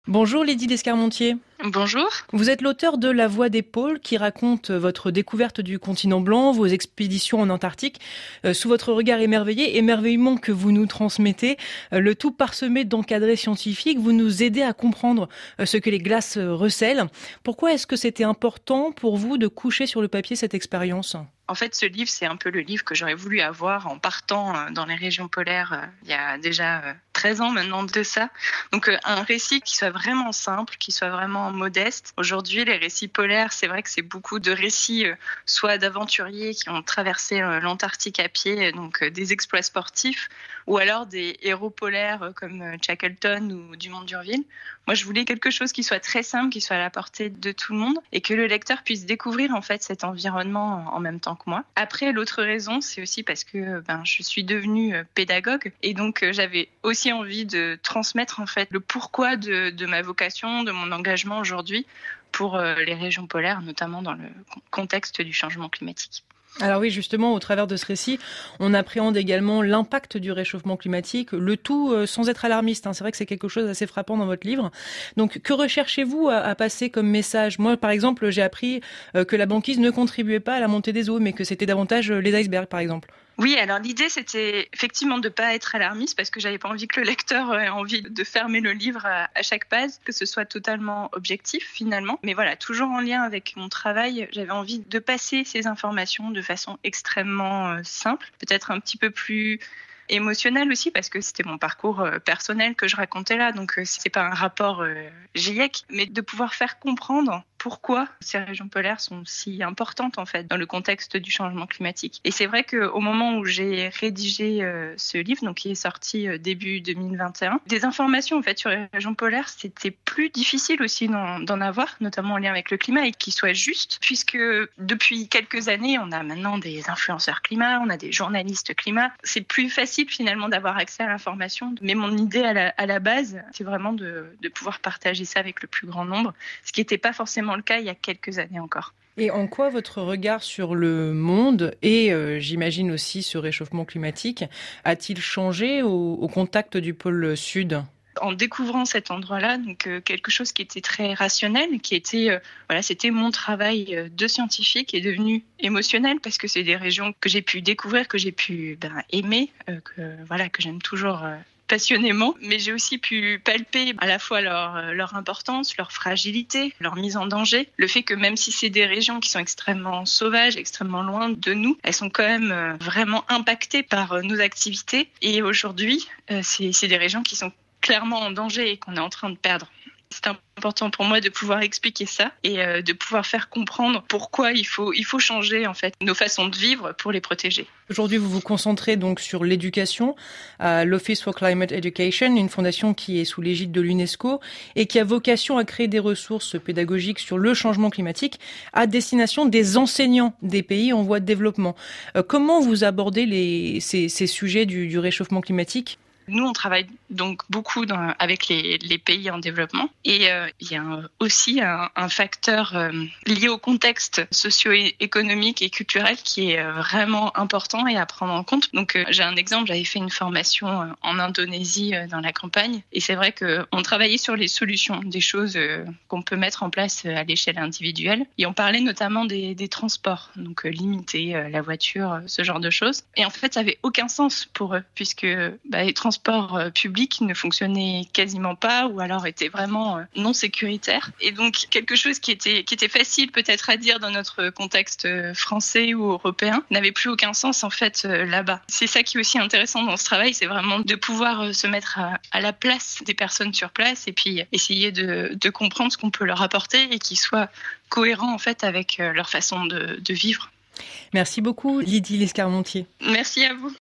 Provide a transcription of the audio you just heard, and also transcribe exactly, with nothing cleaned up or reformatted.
Bonjour Lydie Lescarmontier. Bonjour. Vous êtes l'auteur de La Voix des pôles qui raconte votre découverte du continent blanc, vos expéditions en Antarctique, euh, sous votre regard émerveillé, émerveillement que vous nous transmettez, euh, le tout parsemé d'encadrés scientifiques, vous nous aidez à comprendre euh, ce que les glaces euh, recèlent. Pourquoi est-ce que c'était important pour vous de coucher sur le papier cette expérience ? En fait, ce livre, c'est un peu le livre que j'aurais voulu avoir en partant dans les régions polaires il y a déjà treize ans maintenant de ça. Donc un récit qui soit vraiment simple, qui soit vraiment modeste. Aujourd'hui, les récits polaires, c'est vrai que c'est beaucoup de récits soit d'aventuriers qui ont traversé l'Antarctique à pied, donc des exploits sportifs, ou alors des héros polaires comme Shackleton ou Dumont d'Urville. Moi, je voulais quelque chose qui soit très simple, qui soit à la portée de tout le monde et que le lecteur puisse découvrir en fait cet environnement en même temps que moi. Après, l'autre raison, c'est aussi parce que ben, je suis devenue pédagogue et donc euh, j'avais aussi envie de transmettre en fait le pourquoi de, de ma vocation, de mon engagement aujourd'hui pour euh, les régions polaires, notamment dans le contexte du changement climatique. Alors oui, justement, au travers de ce récit, on appréhende également l'impact du réchauffement climatique, le tout euh, sans être alarmiste. Hein. C'est vrai que c'est quelque chose d'assez frappant dans votre livre. Donc, que recherchez-vous à, à passer comme message ? Moi, par exemple, j'ai appris euh, que la banquise ne contribuait pas à la montée des eaux, mais que c'était davantage euh, les icebergs, par exemple. Oui, alors l'idée, c'était effectivement de ne pas être alarmiste parce que j'avais pas envie que le lecteur ait envie de fermer le livre à, à chaque page, que ce soit totalement objectif finalement. Mais voilà, toujours en lien avec mon travail, j'avais envie de passer ces informations de façon extrêmement euh, simple, peut-être un petit peu plus émotionnel aussi parce que c'était mon parcours euh, personnel que je racontais là, donc euh, c'est pas un rapport euh, GIEC, mais de pouvoir faire comprendre pourquoi ces régions polaires sont si importantes en fait dans le contexte du changement climatique. Et c'est vrai qu'au moment où j'ai rédigé euh, ce livre, donc qui est sorti euh, début deux mille vingt et un, des informations en fait sur les régions polaires, c'était plus difficile aussi d'en, d'en avoir, notamment en lien avec le climat et qui soit juste, puisque depuis quelques années, on a maintenant des influenceurs climat, on a des journalistes climat. C'est plus facile finalement d'avoir accès à l'information. Mais mon idée à la, à la base, c'est vraiment de, de pouvoir partager ça avec le plus grand nombre, ce qui n'était pas forcément le cas il y a quelques années encore. Et en quoi votre regard sur le monde et euh, j'imagine aussi ce réchauffement climatique a-t-il changé au, au contact du pôle Sud ? En découvrant cet endroit-là, donc euh, quelque chose qui était très rationnel, qui était, euh, voilà, c'était mon travail de scientifique est devenu émotionnel parce que c'est des régions que j'ai pu découvrir, que j'ai pu ben, aimer, euh, que voilà, que j'aime toujours. Euh, passionnément, mais j'ai aussi pu palper à la fois leur, leur importance, leur fragilité, leur mise en danger. Le fait que même si c'est des régions qui sont extrêmement sauvages, extrêmement loin de nous, elles sont quand même vraiment impactées par nos activités. Et aujourd'hui, c'est, c'est des régions qui sont clairement en danger et qu'on est en train de perdre. C'est important pour moi de pouvoir expliquer ça et euh, de pouvoir faire comprendre pourquoi il faut, il faut changer en fait nos façons de vivre pour les protéger. Aujourd'hui, vous vous concentrez donc sur l'éducation à l'Office for Climate Education, une fondation qui est sous l'égide de l'UNESCO et qui a vocation à créer des ressources pédagogiques sur le changement climatique à destination des enseignants des pays en voie de développement. Euh, comment vous abordez les, ces, ces sujets du, du réchauffement climatique ? Nous, on travaille donc beaucoup dans, avec les, les pays en développement et euh, il y a un, aussi un, un facteur euh, lié au contexte socio-économique et culturel qui est euh, vraiment important et à prendre en compte. Donc, euh, j'ai un exemple, j'avais fait une formation euh, en Indonésie euh, dans la campagne et c'est vrai qu'on travaillait sur les solutions, des choses euh, qu'on peut mettre en place à l'échelle individuelle et on parlait notamment des, des transports, donc euh, limiter euh, la voiture, ce genre de choses. Et en fait, ça n'avait aucun sens pour eux puisque bah, les transports transports publics ne fonctionnaient quasiment pas ou alors étaient vraiment non sécuritaires. Et donc, quelque chose qui était, qui était facile peut-être à dire dans notre contexte français ou européen n'avait plus aucun sens en fait là-bas. C'est ça qui est aussi intéressant dans ce travail, c'est vraiment de pouvoir se mettre à, à la place des personnes sur place et puis essayer de, de comprendre ce qu'on peut leur apporter et qui soit cohérent en fait avec leur façon de, de vivre. Merci beaucoup Lydie Lescarmontier. Merci à vous.